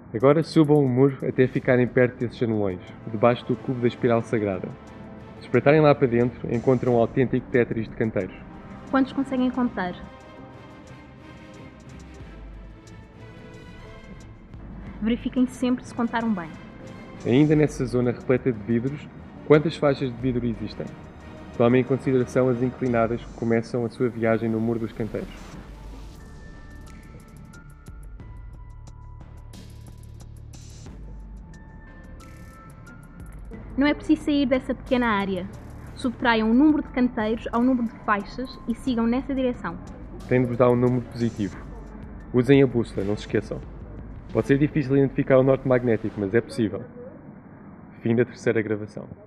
Agora subam o muro até ficarem perto desses anões, debaixo do cubo da espiral sagrada. Se espreitarem lá para dentro, encontram um autêntico Tetris de canteiros. Quantos conseguem contar? Verifiquem sempre se contaram bem. Ainda nessa zona repleta de vidros, quantas faixas de vidro existem? Tomem em consideração as inclinadas que começam a sua viagem no muro dos canteiros. Não é preciso sair dessa pequena área. Subtraiam o número de canteiros ao número de faixas e sigam nessa direção. Tem de vos dar um número positivo. Usem a bússola, não se esqueçam. Pode ser difícil identificar o norte magnético, mas é possível. Fim da terceira gravação.